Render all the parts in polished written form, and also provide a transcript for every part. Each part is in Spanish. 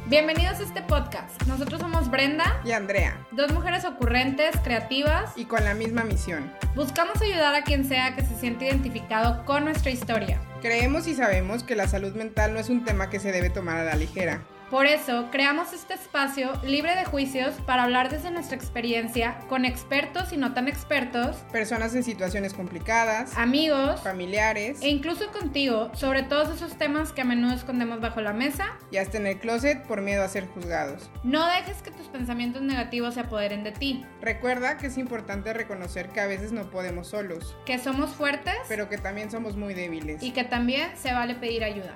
Bienvenidos a este podcast. Nosotros somos Brenda y Andrea, dos mujeres ocurrentes, creativas y con la misma misión. Buscamos ayudar a quien sea que se siente identificado con nuestra historia. Creemos y sabemos que la salud mental no es un tema que se debe tomar a la ligera. Por eso, creamos este espacio libre de juicios para hablar desde nuestra experiencia con expertos y no tan expertos, personas en situaciones complicadas, amigos, familiares e incluso contigo sobre todos esos temas que a menudo escondemos bajo la mesa y hasta en el closet por miedo a ser juzgados. No dejes que tus pensamientos negativos se apoderen de ti. Recuerda que es importante reconocer que a veces no podemos solos, que somos fuertes, pero que también somos muy débiles y que también se vale pedir ayuda.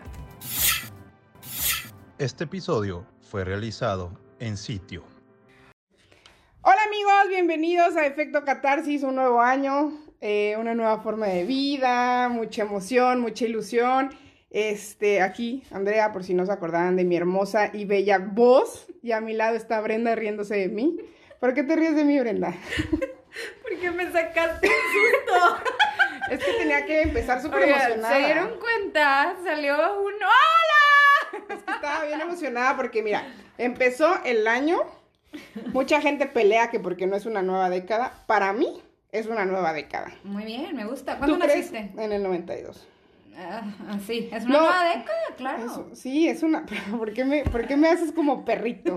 Este episodio fue realizado en sitio. Hola amigos, bienvenidos a Efecto Catarsis, un nuevo año, una nueva forma de vida, mucha emoción, mucha ilusión. Aquí, Andrea, por si no se acordaban de mi hermosa y bella voz, y a mi lado está Brenda riéndose de mí. ¿Por qué te ríes de mí, Brenda? Porque me sacaste un susto. Es que tenía que empezar súper emocionada. ¿Se dieron cuenta? Salió un ¡hola! Es que estaba bien emocionada porque, mira, empezó el año, mucha gente pelea que porque no es una nueva década. Para mí, es una nueva década. Muy bien, me gusta. ¿Cuándo naciste? En el 92. Sí, es una nueva década, claro. Sí, es una... ¿Por qué me haces como perrito?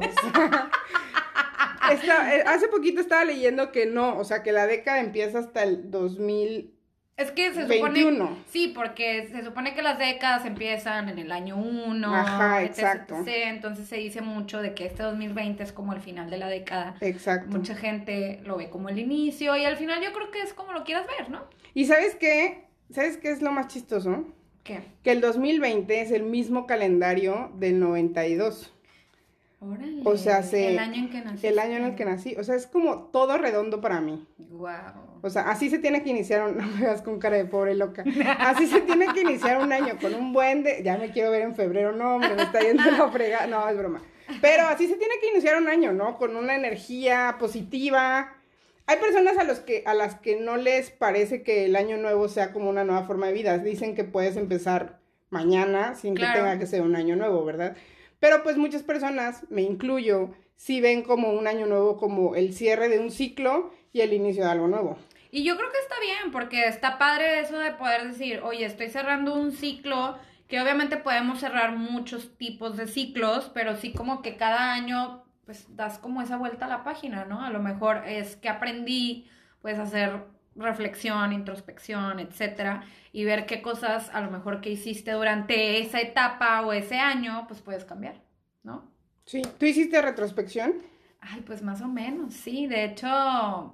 O sea, hace poquito estaba leyendo que no, o sea, que la década empieza hasta el 2000. Es que se supone... Sí, porque se supone que las décadas empiezan en el año 1. Ajá, exacto. Entonces se dice mucho de que este 2020 es como el final de la década. Exacto. Mucha gente lo ve como el inicio y al final yo creo que es como lo quieras ver, ¿no? ¿Y sabes qué? ¿Sabes qué es lo más chistoso? ¿Qué? Que el 2020 es el mismo calendario del 92. Órale, o sea, el año en que nací. El año en el que nací. O sea, es como todo redondo para mí. Wow. O sea, así se tiene que iniciar no me veas con cara de pobre loca. Así se tiene que iniciar un año con un buen de... Ya me quiero ver en febrero, no, hombre, me está yendo la fregada. No, es broma. Pero así se tiene que iniciar un año, ¿no? Con una energía positiva. Hay personas a las que no les parece que el año nuevo sea como una nueva forma de vida. Dicen que puedes empezar mañana sin que tenga que ser un año nuevo, ¿verdad? Pero pues muchas personas, me incluyo, sí ven como un año nuevo como el cierre de un ciclo y el inicio de algo nuevo. Y yo creo que está bien, porque está padre eso de poder decir, oye, estoy cerrando un ciclo, que obviamente podemos cerrar muchos tipos de ciclos, pero sí como que cada año, pues, das como esa vuelta a la página, ¿no? A lo mejor es que aprendí, pues, hacer reflexión, introspección, etcétera, y ver qué cosas a lo mejor que hiciste durante esa etapa o ese año, pues puedes cambiar, ¿no? Sí. ¿Tú hiciste retrospección? Ay, pues más o menos, sí. De hecho,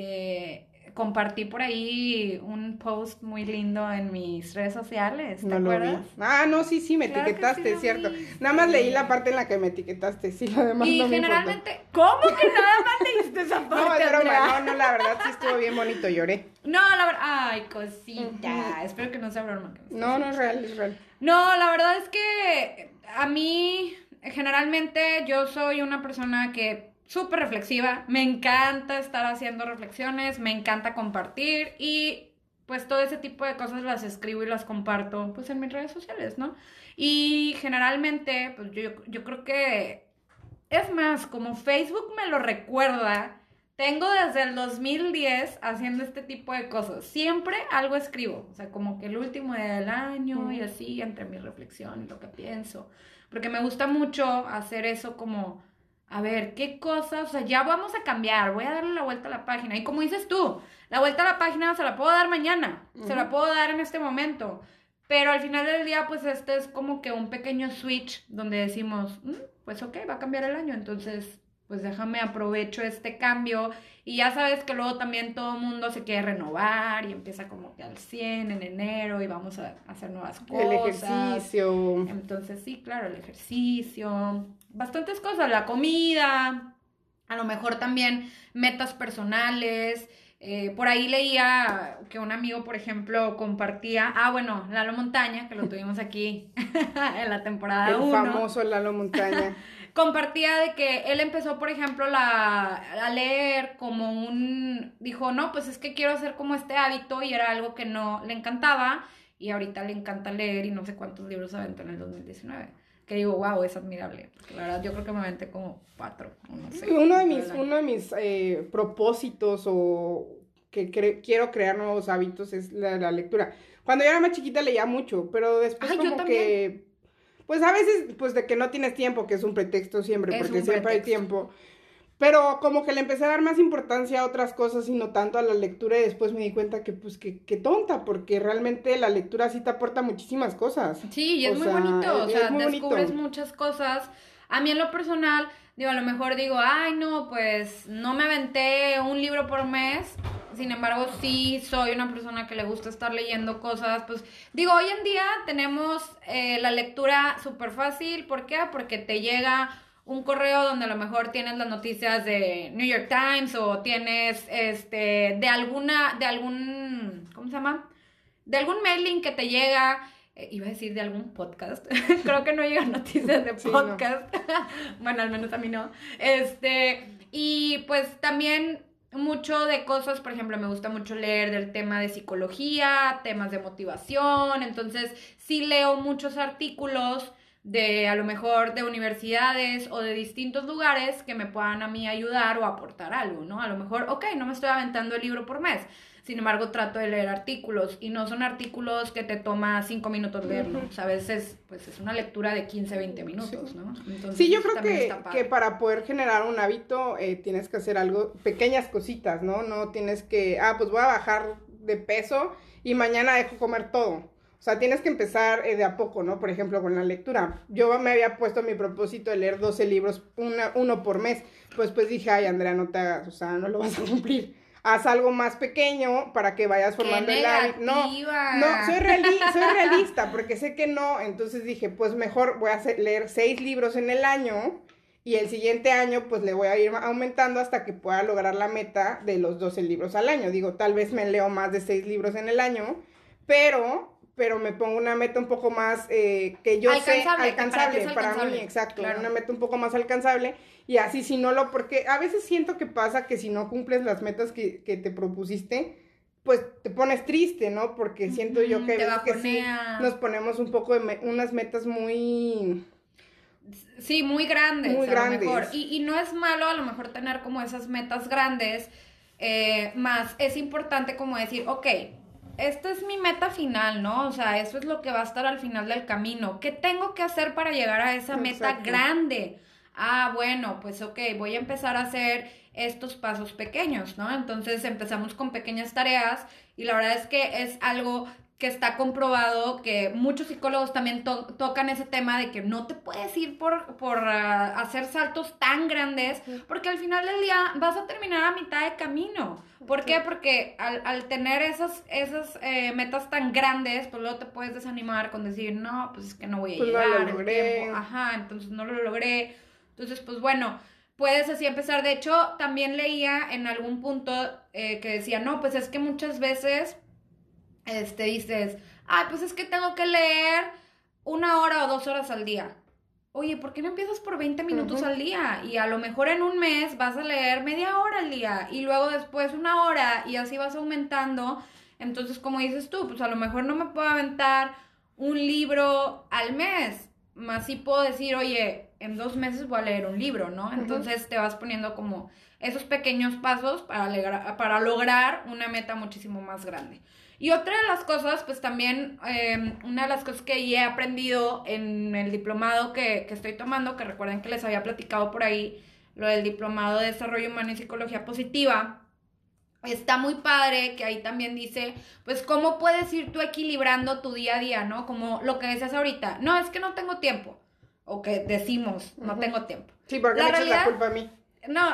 compartí por ahí un post muy lindo en mis redes sociales, ¿te acuerdas? No, sí, me etiquetaste, es cierto. Nada más leí la parte en la que me etiquetaste, sí, lo demás y no me generalmente, importó. ¿cómo que nada más leíste esa parte? No, es broma, Andrea? no, la verdad sí estuvo bien bonito, lloré. No, la verdad, ay, cosita, espero que no sea broma. No, es real. No, la verdad es que a mí, generalmente, yo soy una persona que súper reflexiva, me encanta estar haciendo reflexiones, me encanta compartir y pues todo ese tipo de cosas las escribo y las comparto pues en mis redes sociales, ¿no? Y generalmente pues yo creo que, es más, como Facebook me lo recuerda, tengo desde el 2010 haciendo este tipo de cosas, siempre algo escribo, o sea, como que el último día del año y así entre mi reflexión y lo que pienso, porque me gusta mucho hacer eso como... A ver, ¿qué cosas? O sea, ya vamos a cambiar, voy a darle la vuelta a la página. Y como dices tú, la vuelta a la página se la puedo dar mañana, se la puedo dar en este momento. Pero al final del día, pues este es como que un pequeño switch donde decimos, pues ok, va a cambiar el año, entonces pues déjame aprovecho este cambio. Y ya sabes que luego también todo el mundo se quiere renovar y empieza como que al 100 en enero y vamos a hacer nuevas cosas. El ejercicio. Entonces sí, claro, el ejercicio, bastantes cosas, la comida, a lo mejor también metas personales. Por ahí leía que un amigo, por ejemplo, compartía, Lalo Montaña, que lo tuvimos aquí en la temporada 1. El famoso Lalo Montaña. Compartía de que él empezó, por ejemplo, a leer como dijo, no, pues es que quiero hacer como este hábito y era algo que no le encantaba y ahorita le encanta leer y no sé cuántos libros aventó en el 2019. Que digo, wow, es admirable. Porque la verdad yo creo que me aventé como 4, o no sé. Uno de mis propósitos o que quiero crear nuevos hábitos es la lectura. Cuando yo era más chiquita leía mucho, pero después como que, pues a veces, pues de que no tienes tiempo, que es un pretexto siempre, porque siempre hay tiempo. Pero como que le empecé a dar más importancia a otras cosas y no tanto a la lectura, y después me di cuenta que pues que tonta, porque realmente la lectura sí te aporta muchísimas cosas. Sí, y es muy bonito, o sea, descubres muchas cosas. A mí en lo personal, digo, a lo mejor digo, ay no, pues no me aventé un libro por mes, sin embargo sí soy una persona que le gusta estar leyendo cosas, pues digo, hoy en día tenemos la lectura súper fácil, ¿por qué? Porque te llega un correo donde a lo mejor tienes las noticias de New York Times o tienes de algún, ¿cómo se llama? De algún mailing que te llega, iba a decir de algún podcast, creo que no llegan noticias de podcast, no. Bueno, al menos a mí no, y pues también mucho de cosas, por ejemplo, me gusta mucho leer del tema de psicología, temas de motivación, entonces sí leo muchos artículos de a lo mejor de universidades o de distintos lugares que me puedan a mí ayudar o aportar algo, ¿no? A lo mejor, ok, no me estoy aventando el libro por mes, sin embargo trato de leer artículos y no son artículos que te toma 5 minutos leerlo, o sea, a veces pues es una lectura de 15, 20 minutos, ¿no? Entonces, sí, yo creo que para poder generar un hábito tienes que hacer algo, pequeñas cositas, ¿no? No tienes que, pues voy a bajar de peso y mañana dejo comer todo. O sea, tienes que empezar de a poco, ¿no? Por ejemplo, con la lectura. Yo me había puesto mi propósito de leer 12 libros, uno por mes. Pues dije, ay, Andrea, no te hagas, o sea, no lo vas a cumplir. Haz algo más pequeño para que vayas formando el hábito. No, soy realista, porque sé que no. Entonces dije, pues mejor voy a leer 6 libros en el año y el siguiente año, pues le voy a ir aumentando hasta que pueda lograr la meta de los 12 libros al año. Digo, tal vez me leo más de 6 libros en el año, pero me pongo una meta un poco más que yo sé alcanzable para mí, exacto, claro. Una meta un poco más alcanzable, y así porque a veces siento que pasa que si no cumples las metas que te propusiste, pues te pones triste, ¿no? Porque siento yo que a veces que sí nos ponemos un poco de unas metas muy... Sí, muy grandes, a lo mejor, y no es malo a lo mejor tener como esas metas grandes, más es importante como decir, ok, esta es mi meta final, ¿no? O sea, eso es lo que va a estar al final del camino. ¿Qué tengo que hacer para llegar a esa meta grande? Ah, bueno, pues ok, voy a empezar a hacer estos pasos pequeños, ¿no? Entonces empezamos con pequeñas tareas y la verdad es que es algo que está comprobado, que muchos psicólogos también tocan ese tema de que no te puedes ir por hacer saltos tan grandes, porque al final del día vas a terminar a mitad de camino. ¿Por qué? Porque al tener esas metas tan grandes, pues luego te puedes desanimar con decir, no, pues es que no voy a llegar, no lo logré. El tiempo, entonces no lo logré. Entonces, pues bueno, puedes así empezar. De hecho, también leía en algún punto que decía, no, pues es que muchas veces dices, pues es que tengo que leer 1 hora o 2 horas al día. Oye, ¿por qué no empiezas por 20 minutos al día? Y a lo mejor en un mes vas a leer media hora al día y luego después 1 hora y así vas aumentando. Entonces, como dices tú, pues a lo mejor no me puedo aventar un libro al mes, más sí puedo decir, oye, en 2 meses voy a leer un libro, ¿no? Entonces te vas poniendo como esos pequeños pasos para lograr una meta muchísimo más grande. Y otra de las cosas, pues también, una de las cosas que he aprendido en el diplomado que estoy tomando, que recuerden que les había platicado por ahí, lo del diplomado de Desarrollo Humano y Psicología Positiva, está muy padre que ahí también dice, pues, cómo puedes ir tú equilibrando tu día a día, ¿no? Como lo que decías ahorita, no, es que no tengo tiempo, o que decimos, no tengo tiempo. Sí, porque me echas la culpa a mí. No,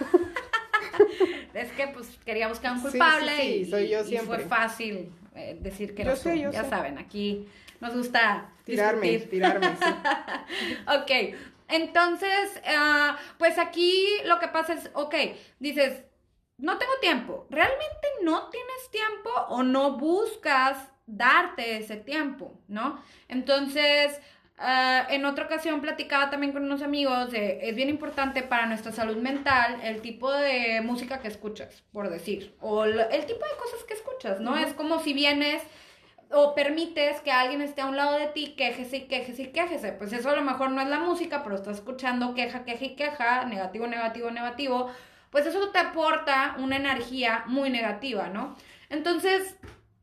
es que pues quería buscar un culpable sí, soy yo siempre. Y fue fácil decir que no sé, ya saben, aquí nos gusta tirarme, sí. Ok, entonces, pues aquí lo que pasa es, ok, dices, no tengo tiempo, ¿realmente no tienes tiempo o no buscas darte ese tiempo, no? Entonces, en otra ocasión platicaba también con unos amigos es bien importante para nuestra salud mental el tipo de música que escuchas, por decir, o el tipo de cosas que escuchas, ¿no? Es como si vienes, o permites que alguien esté a un lado de ti, quéjese y quéjese y quéjese. Pues eso a lo mejor no es la música, pero estás escuchando queja, queja y queja, negativo, negativo, negativo. Pues eso te aporta una energía muy negativa, ¿no? Entonces,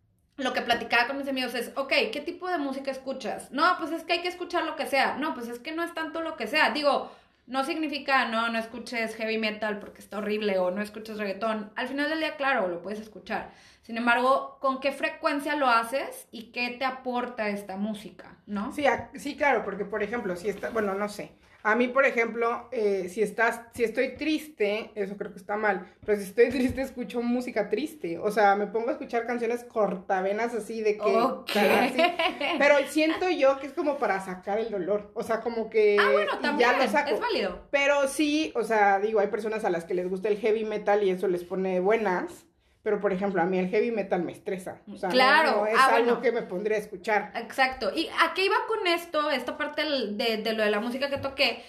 lo que platicaba con mis amigos es, ok, ¿qué tipo de música escuchas? No, pues es que hay que escuchar lo que sea. No, pues es que no es tanto lo que sea. Digo, no significa, no escuches heavy metal porque está horrible o no escuches reggaetón. Al final del día, claro, lo puedes escuchar. Sin embargo, ¿con qué frecuencia lo haces y qué te aporta esta música, no? Sí, sí, claro, porque por ejemplo, si está, bueno, no sé. A mí, por ejemplo, si estoy triste, eso creo que está mal, pero si estoy triste escucho música triste, o sea, me pongo a escuchar canciones cortavenas así de que, Okay. así, pero siento yo que es como para sacar el dolor, o sea, como que Bueno, también, ya lo saco. es válido. Pero sí, o sea, digo, hay personas a las que les gusta el heavy metal y eso les pone buenas. Pero, por ejemplo, a mí el heavy metal me estresa. O sea, claro. no es algo que me pondría a escuchar. Exacto. ¿Y a qué iba con esto? Esta parte de lo de la música que toqué.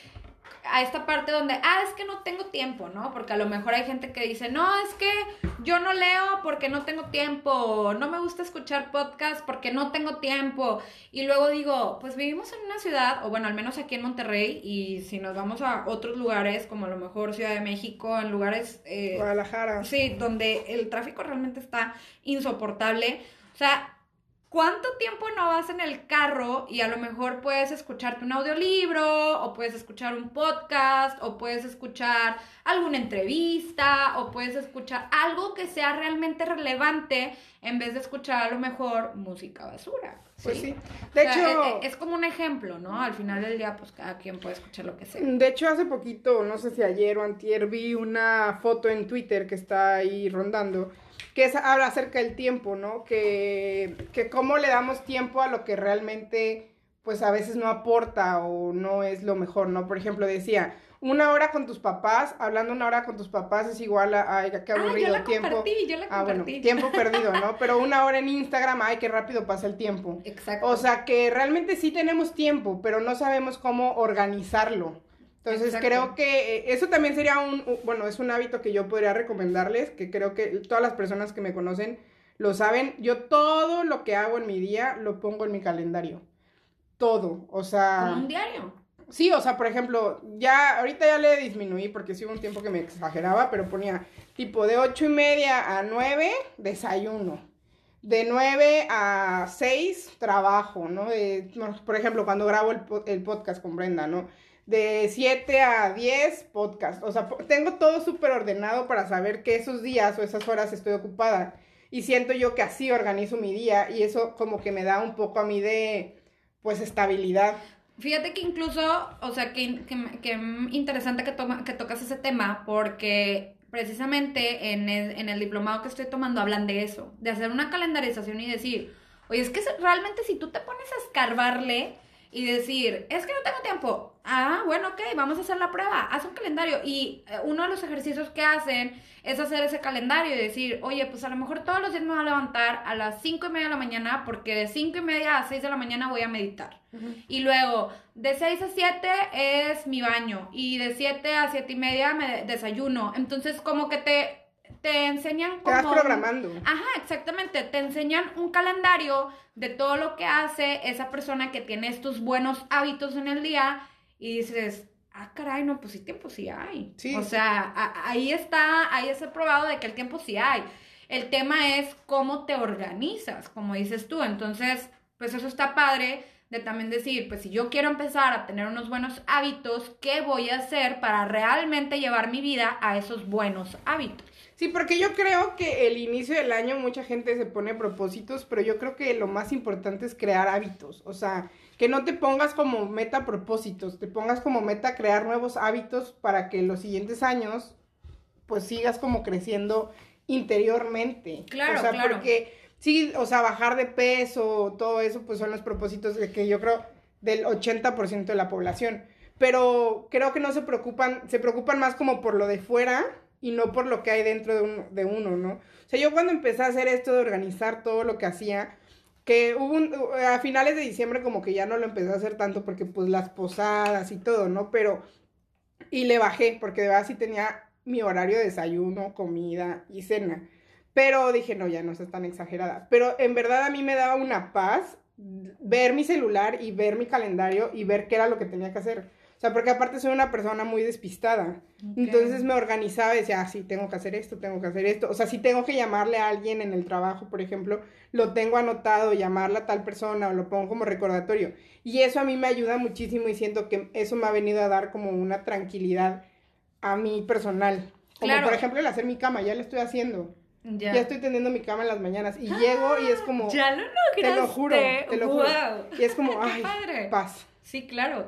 A esta parte donde, es que no tengo tiempo, ¿no? Porque a lo mejor hay gente que dice, no, es que yo no leo porque no tengo tiempo, no me gusta escuchar podcast porque no tengo tiempo. Y luego digo, pues vivimos en una ciudad, o bueno, al menos aquí en Monterrey, y si nos vamos a otros lugares, como a lo mejor Ciudad de México, en lugares... Guadalajara. Sí, donde el tráfico realmente está insoportable. O sea... ¿cuánto tiempo no vas en el carro y a lo mejor puedes escucharte un audiolibro, o puedes escuchar un podcast, o puedes escuchar alguna entrevista, o puedes escuchar algo que sea realmente relevante en vez de escuchar a lo mejor música basura? ¿Sí? Pues sí. De hecho, es como un ejemplo, ¿no? Al final del día, pues cada quien puede escuchar lo que sea. de hecho, hace poquito, no sé si ayer o antier, vi una foto en Twitter que está ahí rondando, que habla acerca del tiempo, ¿no? Que cómo le damos tiempo a lo que realmente, pues a veces no aporta o no es lo mejor, ¿no? Por ejemplo, decía, una hora con tus papás, hablando una hora con tus papás es igual a qué aburrido yo la tiempo. yo la compartí. Bueno, tiempo perdido, ¿no? Pero una hora en Instagram, qué rápido pasa el tiempo. Exacto. O sea, que realmente sí tenemos tiempo, pero no sabemos cómo organizarlo. Entonces, exacto. creo que eso también sería bueno, es un hábito que yo podría recomendarles, que creo que todas las personas que me conocen lo saben. Yo todo lo que hago en mi día lo pongo en mi calendario. Todo, o sea... como un diario. Sí, o sea, por ejemplo, ahorita ya le disminuí porque sí hubo un tiempo que me exageraba, pero ponía tipo de 8:30 a 9, desayuno. De 9 a 6, trabajo, ¿no? Por ejemplo, cuando grabo el podcast con Brenda, ¿no? De 7 a 10, podcast. O sea, tengo todo súper ordenado para saber que esos días o esas horas estoy ocupada. Y siento yo que así organizo mi día y eso como que me da un poco a mí de, pues, estabilidad. Fíjate que incluso, o sea, que interesante que tocas ese tema, porque precisamente en el diplomado que estoy tomando hablan de eso, de hacer una calendarización y decir, oye, es que realmente si tú te pones a escarbarle y decir, es que no tengo tiempo, bueno, ok, vamos a hacer la prueba, haz un calendario. Y uno de los ejercicios que hacen es hacer ese calendario y decir, oye, pues a lo mejor todos los días me voy a levantar a las 5:30 de la mañana, porque de 5:30 a 6 de la mañana voy a meditar. Uh-huh. Y luego, de 6 a 7 es mi baño, y de 7 a 7:30 me desayuno. Entonces, como que te enseñan como... te vas programando. Ajá, exactamente. Te enseñan un calendario de todo lo que hace esa persona que tiene estos buenos hábitos en el día y dices, caray, no, pues sí, tiempo sí hay. Sí. O sea, ahí es probado de que el tiempo sí hay. El tema es cómo te organizas, como dices tú. Entonces, pues eso está padre de también decir, pues si yo quiero empezar a tener unos buenos hábitos, ¿qué voy a hacer para realmente llevar mi vida a esos buenos hábitos? Sí, porque yo creo que el inicio del año mucha gente se pone propósitos, pero yo creo que lo más importante es crear hábitos. O sea, que no te pongas como meta propósitos, te pongas como meta crear nuevos hábitos para que los siguientes años pues sigas como creciendo interiormente. Claro, o sea, claro. Porque sí, o sea, bajar de peso, todo eso pues son los propósitos de que yo creo del 80% de la población. Pero creo que no se preocupan más como por lo de fuera y no por lo que hay dentro de uno, ¿no? O sea, yo cuando empecé a hacer esto de organizar todo lo que hacía, que a finales de diciembre como que ya no lo empecé a hacer tanto porque pues las posadas y todo, ¿no? Y le bajé porque de verdad sí tenía mi horario de desayuno, comida y cena. Pero dije, no, ya no es tan exagerada. Pero en verdad a mí me daba una paz ver mi celular y ver mi calendario y ver qué era lo que tenía que hacer. O sea, porque aparte soy una persona muy despistada. Okay. Entonces me organizaba y decía, sí, tengo que hacer esto, tengo que hacer esto. O sea, si tengo que llamarle a alguien en el trabajo, por ejemplo, lo tengo anotado, llamarle a tal persona o lo pongo como recordatorio. Y eso a mí me ayuda muchísimo y siento que eso me ha venido a dar como una tranquilidad a mí personal. Como por ejemplo el hacer mi cama, ya lo estoy haciendo. Ya estoy tendiendo mi cama en las mañanas y llego y es como... Ya lo lograste. Te lo juro. Y es como, ay, padre. Paz. Sí, claro,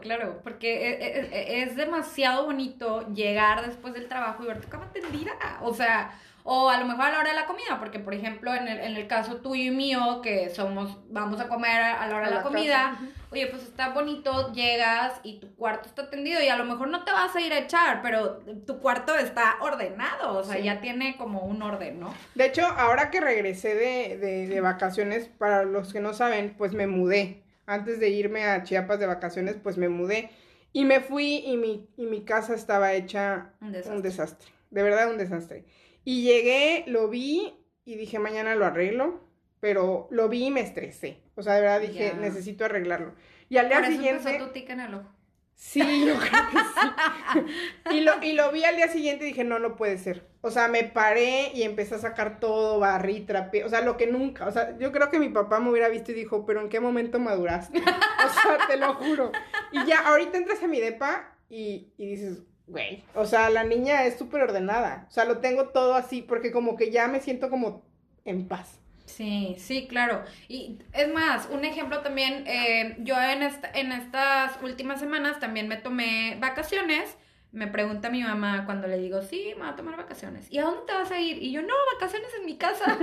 porque es demasiado bonito llegar después del trabajo y ver tu cama tendida, o sea, o a lo mejor a la hora de la comida, porque por ejemplo en el caso tuyo y mío, que vamos a comer a la hora de la comida, oye, pues está bonito, llegas y tu cuarto está tendido y a lo mejor no te vas a ir a echar, pero tu cuarto está ordenado, o sea, ya tiene como un orden, ¿no? De hecho, ahora que regresé de vacaciones, para los que no saben, pues me mudé. Antes de irme a Chiapas de vacaciones, pues me mudé. Y me fui y mi casa estaba hecha un desastre. De verdad, un desastre. Y llegué, lo vi y dije, mañana lo arreglo. Pero lo vi y me estresé. O sea, de verdad dije, necesito arreglarlo. Y al día siguiente... Por eso empezó tu tica en el ojo. Sí, yo creo que sí. y lo vi al día siguiente y dije, no, no puede ser. O sea, me paré y empecé a sacar todo, barrí, trapeé, o sea, lo que nunca. O sea, yo creo que mi papá me hubiera visto y dijo, pero ¿en qué momento maduraste? O sea, te lo juro. Y ya, ahorita entras a mi depa y dices, güey, o sea, la niña es súper ordenada. O sea, lo tengo todo así porque como que ya me siento como en paz. Sí, sí, claro. Y es más, un ejemplo también, yo en estas últimas semanas también me tomé vacaciones. Me pregunta mi mamá cuando le digo, sí, me voy a tomar vacaciones. ¿Y a dónde te vas a ir? Y yo, no, vacaciones en mi casa.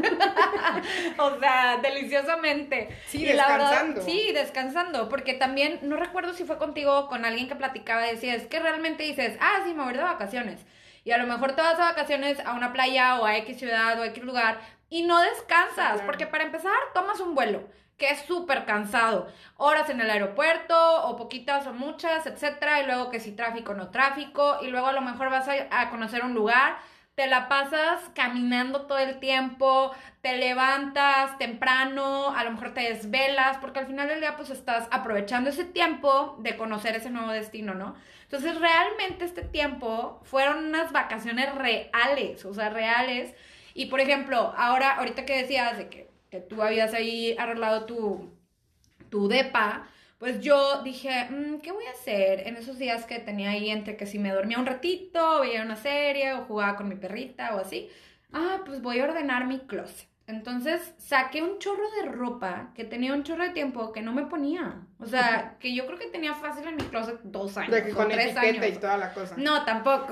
O sea, deliciosamente. Sí, descansando. Verdad, sí, descansando. Porque también, no recuerdo si fue contigo o con alguien que platicaba y decía, es que realmente dices, sí, me voy a ir de vacaciones. Y a lo mejor te vas de vacaciones a una playa o a X ciudad o a X lugar y no descansas, claro. Porque para empezar tomas un vuelo, que es súper cansado, horas en el aeropuerto, o poquitas o muchas, etcétera, y luego que si tráfico o no tráfico, y luego a lo mejor vas a conocer un lugar, te la pasas caminando todo el tiempo, te levantas temprano, a lo mejor te desvelas, porque al final del día pues estás aprovechando ese tiempo de conocer ese nuevo destino, ¿no? Entonces realmente este tiempo fueron unas vacaciones reales, o sea, reales. Y por ejemplo, ahorita que decías de que tú habías ahí arreglado tu depa, pues yo dije, ¿qué voy a hacer en esos días que tenía ahí entre que si me dormía un ratito, veía una serie o jugaba con mi perrita o así? Pues voy a ordenar mi closet. Entonces saqué un chorro de ropa que tenía un chorro de tiempo que no me ponía. O sea, que yo creo que tenía fácil en mi closet 2 años. De que con 3 años. Y toda la cosa. No, tampoco.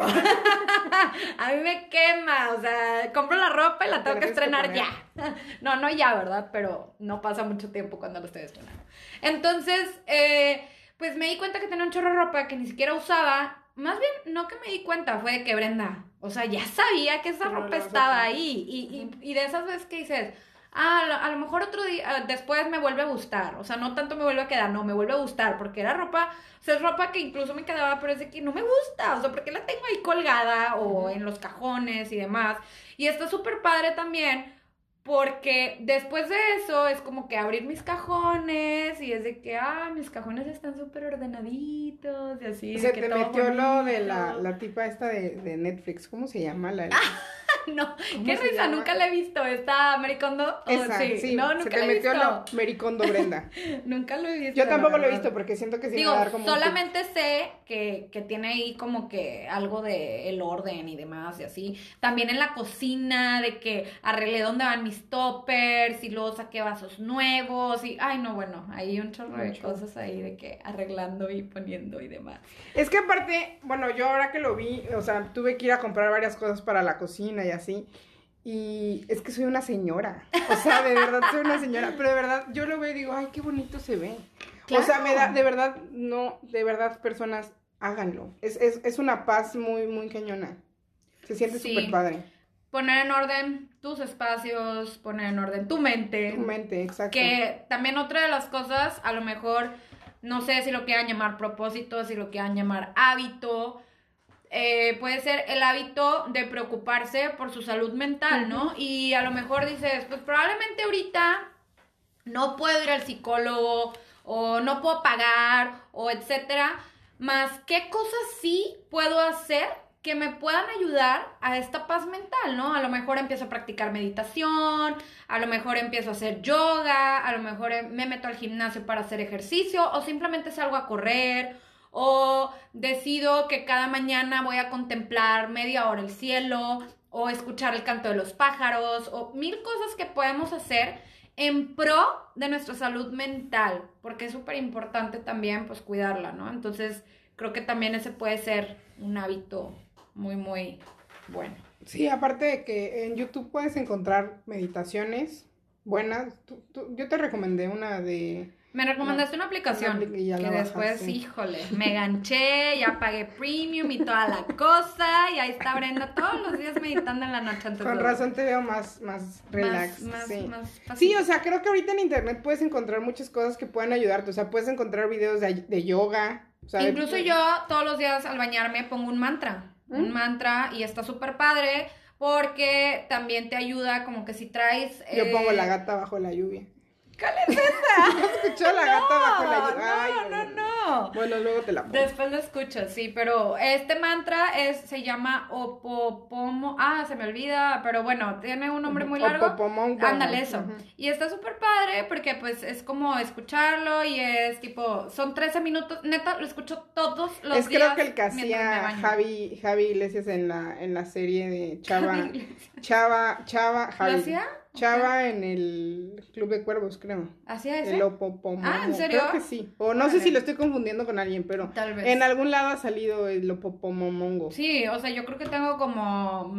A mí me quema. O sea, compro la ropa y la tengo que estrenar ya. No ya, ¿verdad? Pero no pasa mucho tiempo cuando lo estoy estrenando. Entonces, pues me di cuenta que tenía un chorro de ropa que ni siquiera usaba. Más bien, no que me di cuenta, fue de que Brenda, o sea, ya sabía que esa ropa estaba ahí. Y de esas veces que dices, a lo mejor otro día, después me vuelve a gustar. O sea, no tanto me vuelve a quedar, no, me vuelve a gustar. Porque era ropa, o sea, es ropa que incluso me quedaba, pero es de que no me gusta. O sea, porque la tengo ahí colgada o en los cajones y demás. Y está súper padre también. Porque después de eso es como que abrir mis cajones y es de que, mis cajones están súper ordenaditos y así. Se de que te todo metió bonito. lo de la tipa esta de Netflix, ¿cómo se llama? No, qué risa, llama? Nunca la he visto. ¿Está Marie Kondo? Esa, sí, no, nunca se te metió lo Marie Kondo, Brenda. Nunca lo he visto. Yo tampoco lo he visto porque siento que sí me va a dar como solamente sé que tiene ahí como que algo de el orden y demás y así. También en la cocina, de que arreglé dónde van mis toppers y luego saqué vasos nuevos y, bueno, hay un chorro de cosas ahí de que arreglando y poniendo y demás. Es que aparte, bueno, yo ahora que lo vi, o sea, tuve que ir a comprar varias cosas para la cocina y así. Y es que soy una señora. O sea, de verdad soy una señora. Pero de verdad, yo lo veo y digo, ay, qué bonito se ve. Claro. O sea, me da, de verdad, personas, háganlo. Es una paz muy, muy cañona. Se siente súper padre. Poner en orden tus espacios, poner en orden tu mente. Tu mente, exacto. Que también otra de las cosas, a lo mejor, no sé si lo quieran llamar propósito, si lo quieran llamar hábito, puede ser el hábito de preocuparse por su salud mental, ¿no? Y a lo mejor dices, pues probablemente ahorita no puedo ir al psicólogo o no puedo pagar o etcétera, más qué cosas sí puedo hacer que me puedan ayudar a esta paz mental, ¿no? A lo mejor empiezo a practicar meditación, a lo mejor empiezo a hacer yoga, a lo mejor me meto al gimnasio para hacer ejercicio o simplemente salgo a correr o decido que cada mañana voy a contemplar media hora el cielo o escuchar el canto de los pájaros o mil cosas que podemos hacer en pro de nuestra salud mental, porque es súper importante también pues cuidarla, ¿no? Entonces creo que también ese puede ser un hábito muy, muy bueno. Sí, aparte de que en YouTube puedes encontrar meditaciones buenas. Yo te recomendé una de... Me recomendaste una aplicación y ya que la después, bajaste. híjole, me ganché, ya pagué premium y toda la cosa, y ahí está Brenda todos los días meditando en la noche antes de Con dormir. razón te veo más relax. Más Sí, pacífica. o sea, creo que ahorita en internet puedes encontrar muchas cosas que pueden ayudarte. O sea, puedes encontrar videos de yoga. O sea, Incluso yo todos los días al bañarme pongo un mantra. Un mantra y está súper padre porque también te ayuda como que si traes... Yo pongo la gata bajo la lluvia. ¿Cuál es esa? ¿No escuchó la gata bajo la lluvia? Ay, No. Bueno, luego te la pongo. Después lo escucho, sí, pero este mantra se llama Opopomo. Se me olvida, pero bueno, tiene un nombre muy largo. Opopomongo. Ándale, eso. Ujú. Y está súper padre porque pues es como escucharlo y es tipo, son 13 minutos, neta, lo escucho todos los Es días. creo que el que mientras me hacía baño. Javi Iglesias en la serie de Chava. Javi Iglesias. Chava, ¿Lo Javi. hacía? Chava en el Club de Cuervos, creo. ¿Hacía ese? El Opopomongo. ¿en serio? Creo que sí. O no sé Órale. si lo estoy confundiendo con alguien, pero Tal vez. en algún lado ha salido el Opopomongo. Sí, o sea, yo creo que tengo como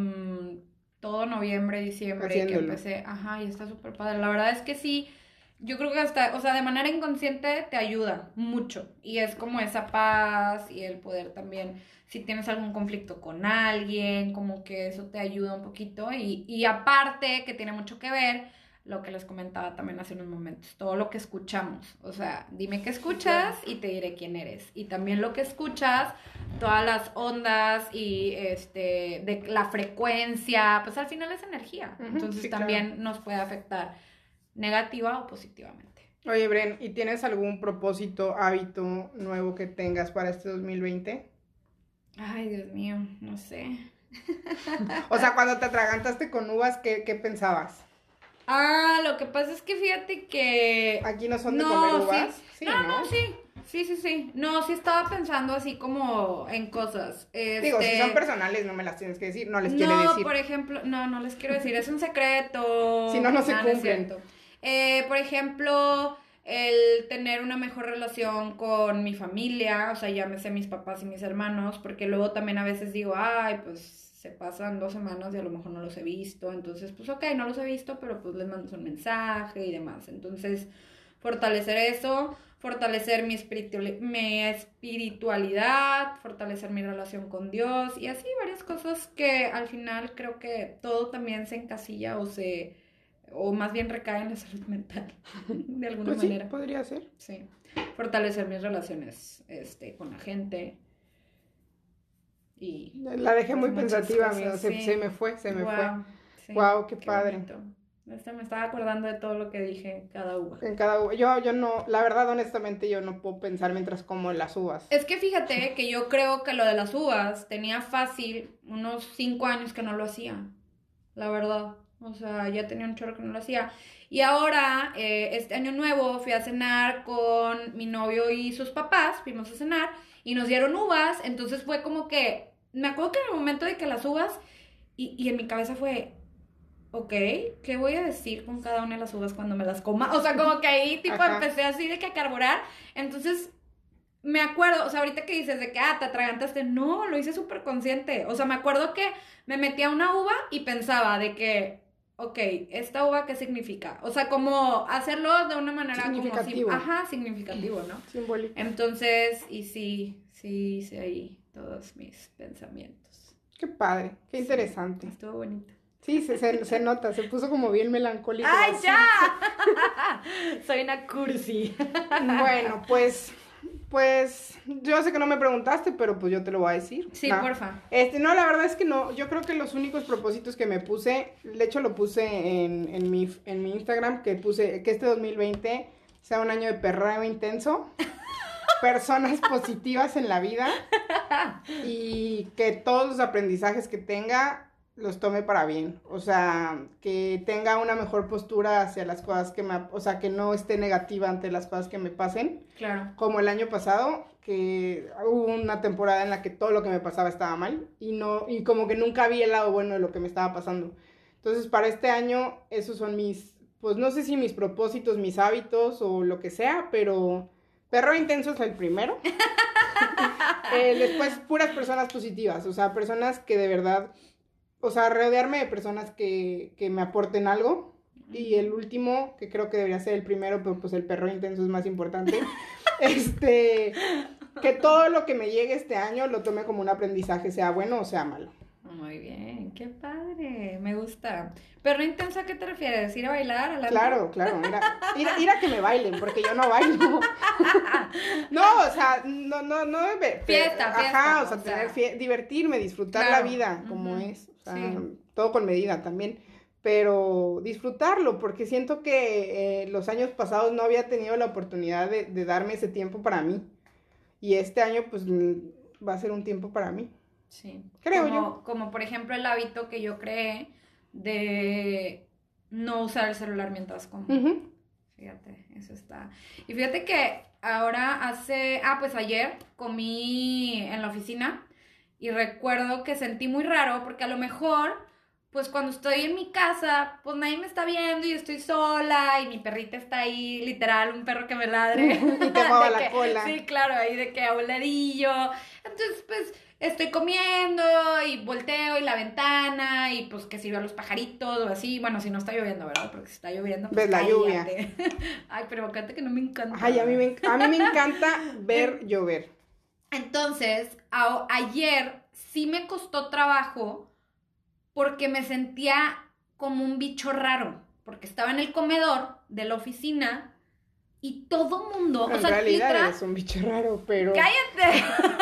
todo noviembre, diciembre Haciéndolo. que empecé. Ajá, y está súper padre. La verdad es que sí, yo creo que hasta, o sea, de manera inconsciente te ayuda mucho. Y es como esa paz y el poder también, si tienes algún conflicto con alguien, como que eso te ayuda un poquito. Y aparte, que tiene mucho que ver, lo que les comentaba también hace unos momentos, todo lo que escuchamos. O sea, dime qué escuchas y te diré quién eres. Y también lo que escuchas, todas las ondas y de la frecuencia, pues al final es energía. Ujú, Entonces sí, también claro. nos puede afectar negativa o positivamente. Oye, Bren, ¿y tienes algún propósito, hábito nuevo que tengas para este 2020? Ay, Dios mío, no sé. O sea, cuando te atragantaste con uvas, ¿qué pensabas? Lo que pasa es que fíjate que... Aquí no son de No, comer sí. uvas. Sí, No, sí. Sí. No, sí estaba pensando así como en cosas. Digo, si son personales, no me las tienes que decir, no les quiere No, decir. por ejemplo, no les quiero decir, es un secreto. Si no, no se es cumplen. cierto. Por ejemplo, el tener una mejor relación con mi familia, o sea, llámese mis papás y mis hermanos, porque luego también a veces digo, ay, pues se pasan 2 semanas y a lo mejor no los he visto, entonces, pues ok, no los he visto, pero pues les mando un mensaje y demás. Entonces, fortalecer eso, fortalecer mi espiritualidad, fortalecer mi relación con Dios y así varias cosas que al final creo que todo también se encasilla o más bien recae en la salud mental, de alguna Pues sí, manera. podría ser. Sí. Fortalecer mis relaciones con la gente. Y La dejé muy muchas pensativa, cosas, amigo. sí. Se me fue. Sí, Guau, qué padre. bonito. Me estaba acordando de todo lo que dije cada uva. En cada uva. Yo no, la verdad, honestamente, yo no puedo pensar mientras como las uvas. Es que fíjate que yo creo que lo de las uvas tenía fácil unos 5 años que no lo hacía. La verdad. O sea, ya tenía un chorro que no lo hacía. Y ahora, este año nuevo, fui a cenar con mi novio y sus papás. Fuimos a cenar y nos dieron uvas. Entonces fue como que... Me acuerdo que en el momento de que las uvas... Y en mi cabeza fue... Ok, ¿qué voy a decir con cada una de las uvas cuando me las coma? O sea, como que ahí tipo Ajá. empecé así de que a carburar. Entonces... Me acuerdo, o sea, ahorita que dices de que, te atragantaste, no, lo hice súper consciente. O sea, me acuerdo que me metía una uva y pensaba de que, ok, ¿esta uva qué significa? O sea, como hacerlo de una manera Significativo. como, significativo, ¿no? Simbólico. Entonces, y sí hice ahí todos mis pensamientos. Qué padre, qué interesante. Estuvo bonito. Sí, se nota, se puso como bien melancólico. ¡Ay, así. ya! Soy una cursi. Bueno, pues Pues yo sé que no me preguntaste, pero pues yo te lo voy a decir. Sí, No. porfa. No, la verdad es que no. Yo creo que los únicos propósitos que me puse, de hecho lo puse en mi Instagram, que puse que este 2020 sea un año de perreo intenso, personas positivas en la vida y que todos los aprendizajes que tenga los tome para bien. O sea, que tenga una mejor postura hacia las cosas o sea, que no esté negativa ante las cosas que me pasen. Claro. Como el año pasado, que hubo una temporada en la que todo lo que me pasaba estaba mal y como que nunca vi el lado bueno de lo que me estaba pasando. Entonces, para este año, esos son pues no sé si mis propósitos, mis hábitos o lo que sea, pero perro intenso es el primero. Después, puras personas positivas, o sea, personas que de verdad, o sea, rodearme de personas que me aporten algo. Y el último, que creo que debería ser el primero, pero pues el perro intenso es más importante, que todo lo que me llegue este año lo tome como un aprendizaje, sea bueno o sea malo. Muy bien, qué padre, me gusta. ¿Perro intenso a qué te refieres? ¿Ir a bailar? ¿A la Claro, ir a que me bailen, porque yo no bailo. No, o sea, no debe. Fiesta. Ajá, o sea, divertirme, disfrutar Claro. la vida como es. O sea, Sí. todo con medida también. Pero disfrutarlo, porque siento que los años pasados no había tenido la oportunidad de darme ese tiempo para mí. Y este año, pues, va a ser un tiempo para mí. Sí. Creo yo. Como por ejemplo el hábito que yo creé de no usar el celular mientras como. Uh-huh. Fíjate, eso está. Y fíjate que ahora pues ayer comí en la oficina y recuerdo que sentí muy raro porque a lo mejor, pues cuando estoy en mi casa, pues nadie me está viendo y estoy sola y mi perrita está ahí, literal, un perro que me ladre. Y te mueva De la que- cola. Sí, claro, ahí de que a un ladillo. Entonces, pues estoy comiendo y volteo y la ventana y pues que si veo a los pajaritos o así. Bueno, si no está lloviendo, ¿verdad? Porque si está lloviendo, pues Ves la lluvia. cállate. Ay, pero fíjate que no me encanta. Ay, a mí me encanta ver llover. Entonces, ayer sí me costó trabajo porque me sentía como un bicho raro, porque estaba en el comedor de la oficina y todo mundo, o En sea, realidad literal, eres un bicho raro, pero... ¡cállate!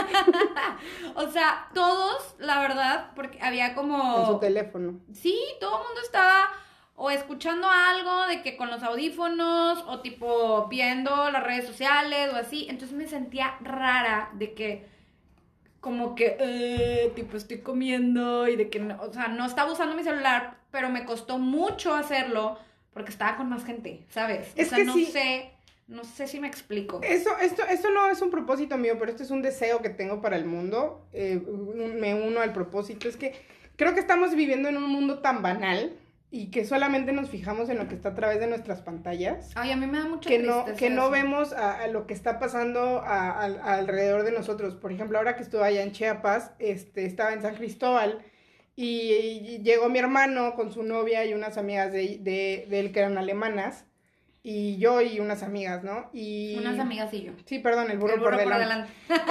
O sea, todos, la verdad, porque había como... En su teléfono. Sí, todo el mundo estaba o escuchando algo de que con los audífonos o tipo viendo las redes sociales o así. Entonces me sentía rara de que como que tipo estoy comiendo y de que no, o sea, no estaba usando mi celular, pero me costó mucho hacerlo porque estaba con más gente, ¿sabes? Es o sea, que no sí. no sé si me explico. Esto no es un propósito mío, pero este es un deseo que tengo para el mundo. Me uno al propósito. Es que creo que estamos viviendo en un mundo tan banal y que solamente nos fijamos en lo que está a través de nuestras pantallas. Ay, a mí me da mucha Que tristeza no eso. vemos a lo que está pasando alrededor de nosotros. Por ejemplo, ahora que estuve allá en Chiapas, estaba en San Cristóbal y llegó mi hermano con su novia y unas amigas de él que eran alemanas. Y yo y unas amigas, ¿no? Unas amigas y yo. Sí, perdón, el burro, El burro por delante.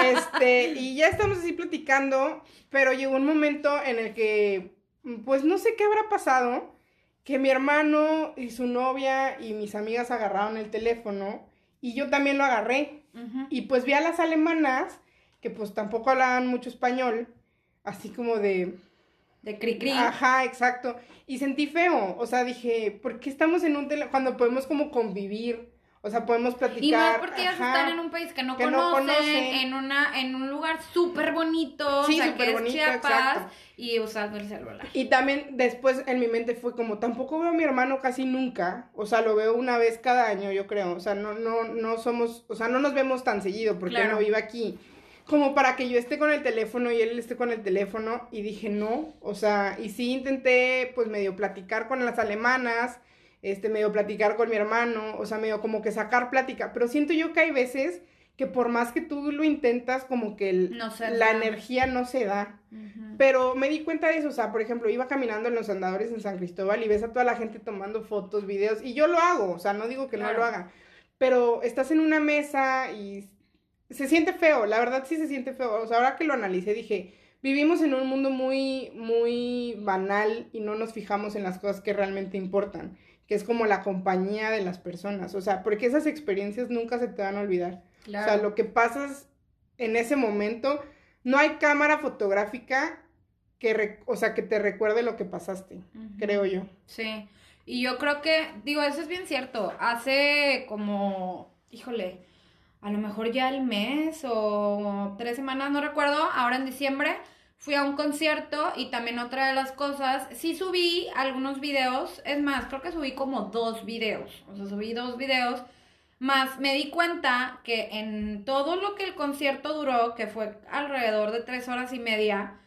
Y ya estamos así platicando, pero llegó un momento en el que, pues no sé qué habrá pasado, que mi hermano y su novia y mis amigas agarraron el teléfono y yo también lo agarré. Ujú. Y pues vi a las alemanas, que pues tampoco hablaban mucho español, así como de... De cri-cri. Ajá, exacto. Y sentí feo, o sea, dije, ¿por qué estamos en un teléfono cuando podemos como convivir? O sea, podemos platicar. Y más porque ellas ajá. están en un país que no Que no conocen, conocen. en un lugar súper bonito, Sí, o sea, súper que es bonito, Chiapas, exacto. y usando el celular. Y también después en mi mente fue como, tampoco veo a mi hermano casi nunca, o sea, lo veo una vez cada año, yo creo, o sea, no somos, o sea, no nos vemos tan seguido porque Claro. él no vive aquí, como para que yo esté con el teléfono y él esté con el teléfono, y dije no, o sea, y sí intenté, pues, medio platicar con las alemanas, medio platicar con mi hermano, o sea, medio como que sacar plática, pero siento yo que hay veces que por más que tú lo intentas, como que No se la da. energía no se da. Ujú. Pero me di cuenta de eso, o sea, por ejemplo, iba caminando en los andadores en San Cristóbal y ves a toda la gente tomando fotos, videos, y yo lo hago, o sea, no digo que Claro. no lo haga, pero estás en una mesa y se siente feo, la verdad sí se siente feo, o sea, ahora que lo analicé dije, vivimos en un mundo muy, muy banal y no nos fijamos en las cosas que realmente importan, que es como la compañía de las personas, o sea, porque esas experiencias nunca se te van a olvidar. Claro. O sea, lo que pasas en ese momento, no hay cámara fotográfica o sea, que te recuerde lo que pasaste, creo yo. Sí, y yo creo que, digo, eso es bien cierto. Hace como, híjole, a lo mejor ya el mes o 3 semanas, no recuerdo, ahora en diciembre, fui a un concierto y también otra de las cosas, sí subí algunos videos, es más, creo que subí como 2 videos, o sea, subí 2 videos, más me di cuenta que en todo lo que el concierto duró, que fue alrededor de 3 horas y media,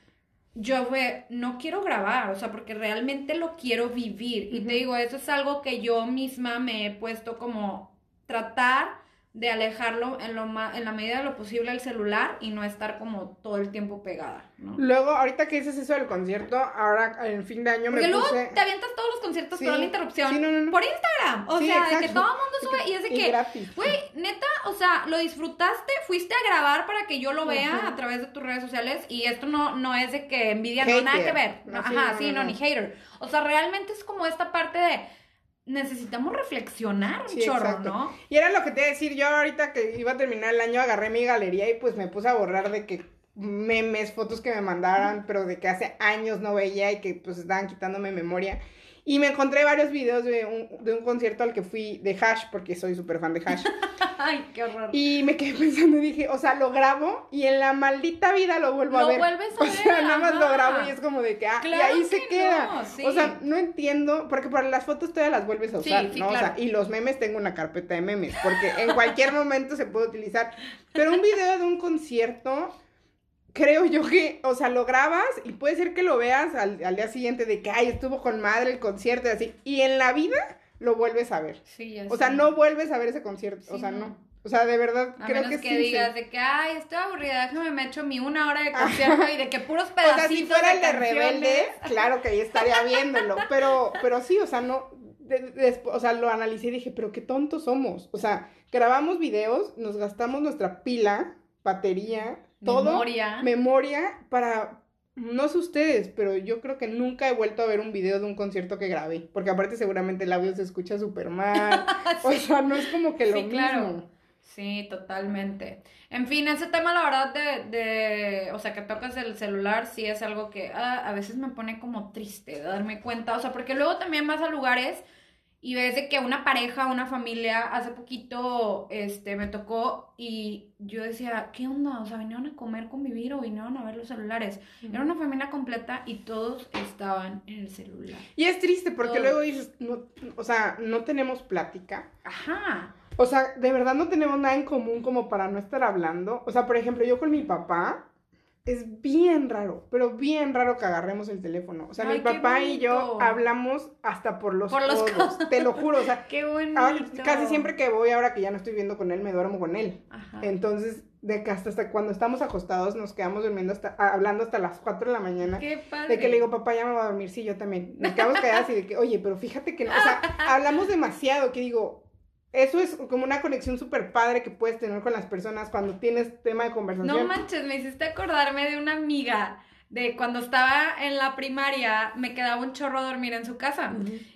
no quiero grabar, o sea, porque realmente lo quiero vivir. Y te digo, eso es algo que yo misma me he puesto como tratar de alejarlo en la medida de lo posible el celular y no estar como todo el tiempo pegada, ¿no? Luego, ahorita que dices eso del concierto, ahora en fin de año porque me luego puse... te avientas todos los conciertos, Sí, pero la interrupción sí, no. por Instagram, o Sí, sea, de que exacto. todo el mundo sube y es de Y que, gratis. güey, neta, o sea, lo disfrutaste, fuiste a grabar para que yo lo vea Ujú. a través de tus redes sociales y esto no es de que envidia, Hater. no, nada que ver, No, ajá, sí, no. ni hater, o sea, realmente es como esta parte de necesitamos reflexionar un Sí, chorro, exacto. ¿no? Y era lo que te iba a decir, yo ahorita que iba a terminar el año agarré mi galería y pues me puse a borrar de que memes, fotos que me mandaran, pero de que hace años no veía y que pues estaban quitándome memoria. Y me encontré varios videos de un concierto al que fui de Hash, porque soy súper fan de Hash. Ay, qué horror. Y me quedé pensando y dije, o sea, lo grabo y en la maldita vida lo vuelvo a ver. Lo vuelves a O sea, ver, nada más ajá. lo grabo y es como de que, y Claro ahí se que queda. no, sí. O sea, no entiendo, porque para las fotos todavía las vuelves a Sí, usar, sí, ¿no? claro. O sea, y los memes, tengo una carpeta de memes, porque en cualquier momento se puede utilizar. Pero un video de un concierto, creo yo que, o sea, lo grabas y puede ser que lo veas al día siguiente de que, ay, estuvo con madre el concierto y así. Y en la vida lo vuelves a ver. Sí, ya O sea, sé. no vuelves a ver ese concierto, Sí, o sea, no. no. O sea, de verdad, A creo menos que que sí. digas de que, ay, estoy aburrida, déjame me echo mi 1 hora de concierto y de que puros O pedacitos sea, si fuera el de canciones. Rebelde, claro que ahí estaría viéndolo, pero sí, o sea, no, o sea, lo analicé y dije, pero qué tontos somos, o sea, grabamos videos, nos gastamos nuestra pila, batería, todo, memoria para, no sé ustedes, pero yo creo que nunca he vuelto a ver un video de un concierto que grabé, porque aparte seguramente el audio se escucha súper mal, o sea, no es como que lo Sí, mismo. claro. Sí, totalmente. En fin, ese tema, la verdad, o sea, que tocas el celular, sí es algo que a veces me pone como triste de darme cuenta, o sea, porque luego también vas a lugares y ves de que una pareja, una familia, hace poquito, me tocó y yo decía, ¿qué onda? O sea, ¿vinieron a comer, convivir o vinieron a ver los celulares? Era una familia completa y todos estaban en el celular. Y es triste porque Todos. luego dices, no, o sea, no tenemos plática. Ajá. O sea, de verdad no tenemos nada en común como para no estar hablando. O sea, por ejemplo, yo con mi papá es bien raro, pero bien raro que agarremos el teléfono. O sea, Ay, mi qué papá y yo bonito. hablamos hasta por los Por los codos, te lo juro. O sea, Qué bonito. casi siempre que voy, ahora que ya no estoy viviendo con él, me duermo con él. Ajá. Entonces, de que hasta cuando estamos acostados nos quedamos durmiendo hablando hasta las 4 de la mañana. Qué padre. De que le digo, papá, ya me voy a dormir. Sí, yo también. Nos quedamos calladas y de que, oye, pero fíjate que no. O sea, hablamos demasiado, que digo, eso es como una conexión súper padre que puedes tener con las personas cuando tienes tema de conversación. No manches, me hiciste acordarme de una amiga de cuando estaba en la primaria, me quedaba un chorro a dormir en su casa.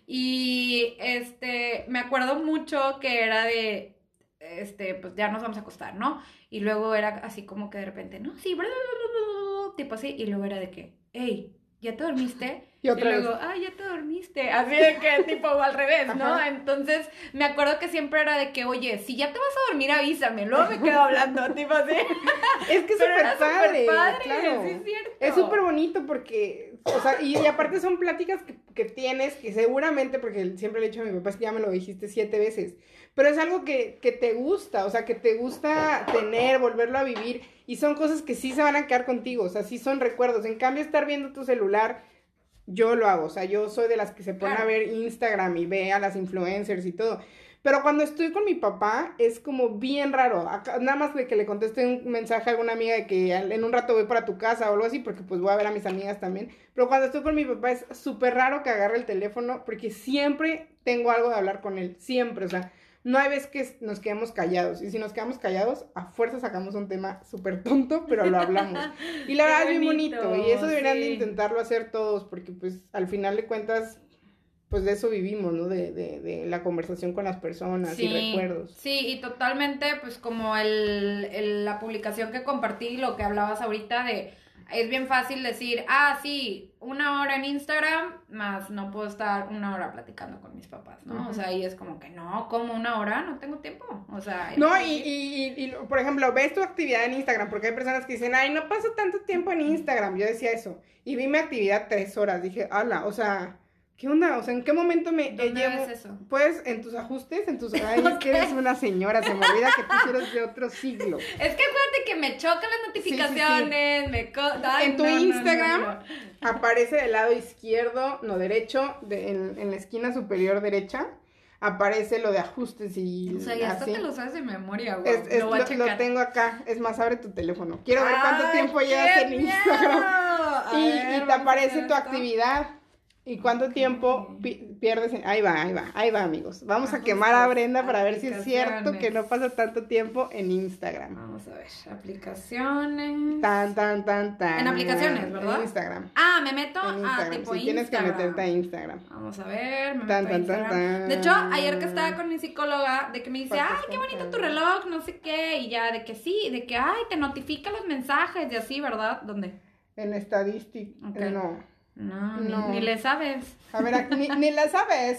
Y me acuerdo mucho que era de pues ya nos vamos a acostar, ¿no? Y luego era así como que de repente, no, sí, bla, bla, bla, bla, tipo así, y luego era de que, hey, ¿ya te dormiste? Y otra luego, ya te dormiste. Así de que, tipo, al revés, ¿no? Ajá. Entonces, me acuerdo que siempre era de que, oye, si ya te vas a dormir, avísame. Luego me quedo hablando, tipo así. Es que es Pero era súper padre, superpadre, claro. sí es cierto. Es súper bonito porque, o sea, y aparte son pláticas que tienes, que seguramente, porque siempre le he dicho a mi papá, es que ya me lo dijiste 7 veces, pero es algo que te gusta, o sea, que te gusta tener, volverlo a vivir, y son cosas que sí se van a quedar contigo, o sea, sí son recuerdos. En cambio, estar viendo tu celular, yo lo hago, o sea, yo soy de las que se pone a ver Instagram y ve a las influencers y todo. Pero cuando estoy con mi papá es como bien raro. Nada más de que le conteste un mensaje a alguna amiga de que en un rato voy para tu casa o algo así, porque pues voy a ver a mis amigas también. Pero cuando estoy con mi papá es súper raro que agarre el teléfono porque siempre tengo algo de hablar con él. Siempre, o sea, no hay vez que nos quedemos callados. Y si nos quedamos callados, a fuerza sacamos un tema súper tonto, pero lo hablamos. Y la verdad es bien bonito. Y eso deberían de intentarlo hacer todos, porque pues al final de cuentas pues de eso vivimos, ¿no? De la conversación con las personas y recuerdos. Sí, y totalmente, pues como la publicación que compartí, lo que hablabas ahorita de, es bien fácil decir, sí, 1 hora en Instagram, más no puedo estar 1 hora platicando con mis papás, ¿no? Uh-huh. O sea, y es como que no, como 1 hora, no tengo tiempo, o sea... No, y por ejemplo, ves tu actividad en Instagram, porque hay personas que dicen, no paso tanto tiempo en Instagram, yo decía eso, y vi mi actividad 3 horas, dije, ala, o sea... ¿Qué onda? O sea, ¿en qué momento me ¿Dónde llevo? ves eso? Pues, en tus ajustes, Ay, es que eres una señora, se me olvida que tú eres de otro siglo. Es que acuérdate que me chocan las notificaciones, sí. En tu Instagram aparece del lado izquierdo, no derecho, en la esquina superior derecha, aparece lo de ajustes y o sea, ya hasta así. te lo sabes de memoria, güey. Lo tengo acá, es más, abre tu teléfono. Quiero ver cuánto tiempo llevas en Instagram. Y te aparece tu actividad. ¿Y cuánto tiempo pierdes? Ahí va, amigos. Vamos a quemar a Brenda para ver si es cierto que no pasa tanto tiempo en Instagram. Vamos a ver, aplicaciones. Tan. En aplicaciones, ¿verdad? En Instagram. Me meto a tipo sí, tienes que meterte a Instagram. Vamos a ver, me meto a Instagram. De hecho, ayer que estaba con mi psicóloga, de que me dice, qué bonito tu reloj, no sé qué, y ya, de que sí, de que, te notifica los mensajes y así, ¿verdad? ¿Dónde? En estadística, okay. No, ni le sabes. A ver, aquí, ni la sabes.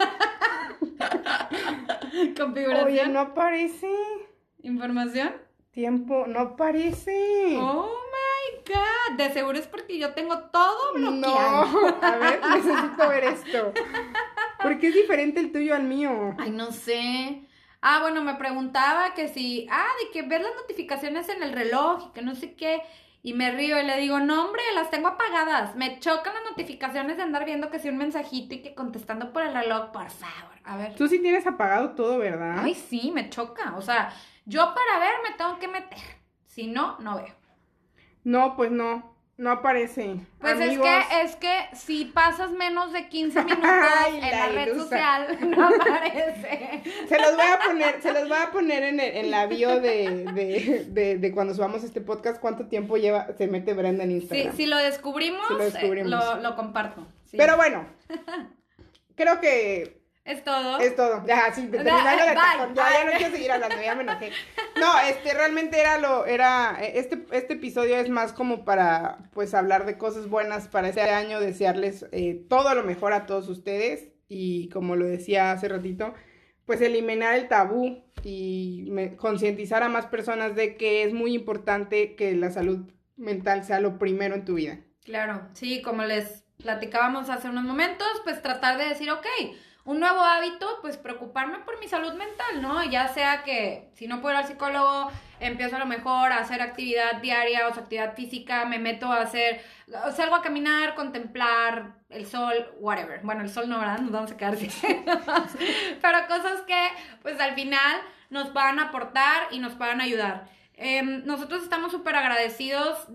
Configuración. Oye, no aparece. ¿Información? Tiempo, no aparece. Oh my God. De seguro es porque yo tengo todo bloqueado. No, a ver, necesito ver esto. ¿Por qué es diferente el tuyo al mío? Ay, no sé. Bueno, me preguntaba que si, de que ver las notificaciones en el reloj y que no sé qué. Y me río y le digo, no, hombre, las tengo apagadas. Me chocan las notificaciones de andar viendo que si un mensajito y que contestando por el reloj, por favor. A ver. Tú sí tienes apagado todo, ¿verdad? Ay, sí, me choca. O sea, yo para ver me tengo que meter. Si no, no veo. No, pues no aparece. Pues amigos. es que si pasas menos de 15 minutos en la red social, no aparece. Se los voy a poner en la bio de cuando subamos este podcast, cuánto tiempo se mete Brenda en Instagram. Sí, si lo descubrimos, lo comparto. Sí. Pero bueno, creo que... ¿Es todo? Es todo. Ya, sí, terminando de tacón. Ya no quiero seguir hablando, ya me enojé. No, realmente este episodio es más como para, pues, hablar de cosas buenas para este año, desearles todo lo mejor a todos ustedes y, como lo decía hace ratito, pues, eliminar el tabú y concientizar a más personas de que es muy importante que la salud mental sea lo primero en tu vida. Claro, sí, como les platicábamos hace unos momentos, pues, tratar de decir, un nuevo hábito, pues preocuparme por mi salud mental, ¿no? Ya sea que si no puedo ir al psicólogo, empiezo a lo mejor a hacer actividad diaria o actividad física, me meto a salgo a caminar, contemplar el sol, whatever. Bueno, el sol no, ¿verdad? Nos vamos a quedar sin. Pero cosas que, pues al final nos puedan aportar y nos puedan ayudar. Nosotros estamos súper agradecidas,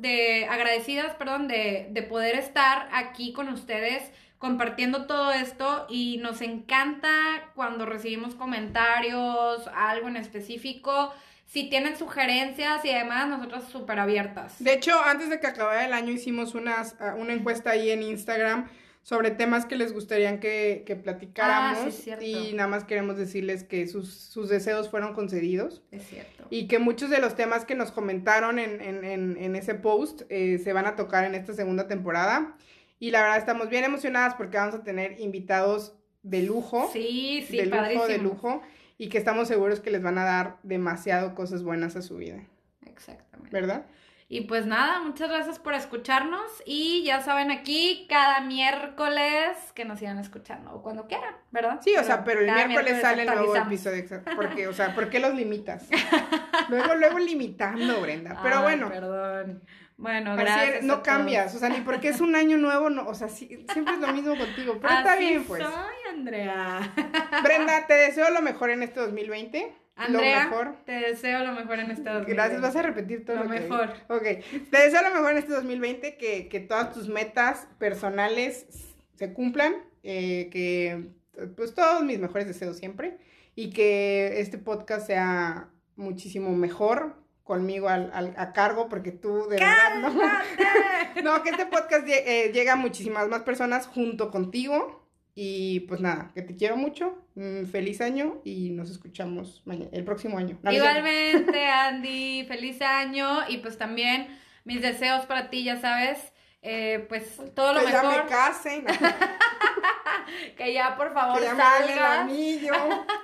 de poder estar aquí con ustedes compartiendo todo esto y nos encanta cuando recibimos comentarios, algo en específico, si tienen sugerencias y además nosotros súper abiertas. De hecho, antes de que acabara el año hicimos una encuesta ahí en Instagram sobre temas que les gustaría que platicáramos. Sí, es cierto. Y nada más queremos decirles que sus deseos fueron concedidos. Es cierto. Y que muchos de los temas que nos comentaron en ese post se van a tocar en esta segunda temporada. Y la verdad estamos bien emocionadas porque vamos a tener invitados de lujo. Sí, de lujo. Y que estamos seguros que les van a dar demasiado cosas buenas a su vida. Exactamente. ¿Verdad? Y pues nada, muchas gracias por escucharnos. Y ya saben, aquí cada miércoles que nos sigan escuchando. O cuando quieran, ¿verdad? Sí, pero el miércoles sale el nuevo episodio. Porque, ¿por qué los limitas? luego limitando, Brenda. Pero bueno. Perdón. Bueno, gracias. No cambias, ni porque es un año nuevo, siempre es lo mismo contigo, pero está bien, pues. Soy, Andrea. Brenda, te deseo lo mejor en este 2020. Andrea, lo mejor. Te deseo lo mejor en este 2020. Gracias, vas a repetir todo lo mejor. Ok, te deseo lo mejor en este 2020, que todas tus metas personales se cumplan, que pues todos mis mejores deseos siempre, y que este podcast sea muchísimo mejor, conmigo a cargo, porque tú de verdad no, que este podcast llegue a muchísimas más personas junto contigo Y pues nada, que te quiero mucho, feliz año y nos escuchamos el próximo año. No, Igualmente, Andy, feliz año y pues también mis deseos para ti, ya sabes, pues todo lo que mejor. Que ya me casen. Que ya por favor que ya me den el salgas. anillo.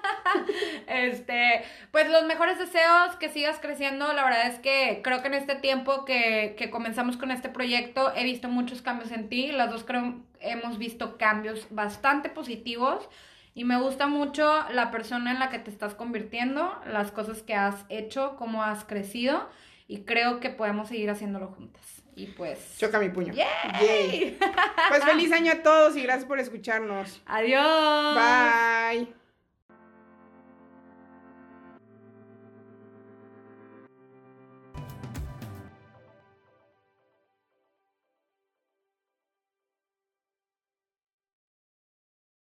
Pues los mejores deseos, que sigas creciendo. La verdad es que creo que en este tiempo que comenzamos con este proyecto he visto muchos cambios en ti. Las dos creo hemos visto cambios bastante positivos y me gusta mucho la persona en la que te estás convirtiendo, las cosas que has hecho, cómo has crecido y creo que podemos seguir haciéndolo juntas. Y pues... Choca mi puño. ¡Yay! Yay. Pues feliz año a todos y gracias por escucharnos. Adiós. Bye.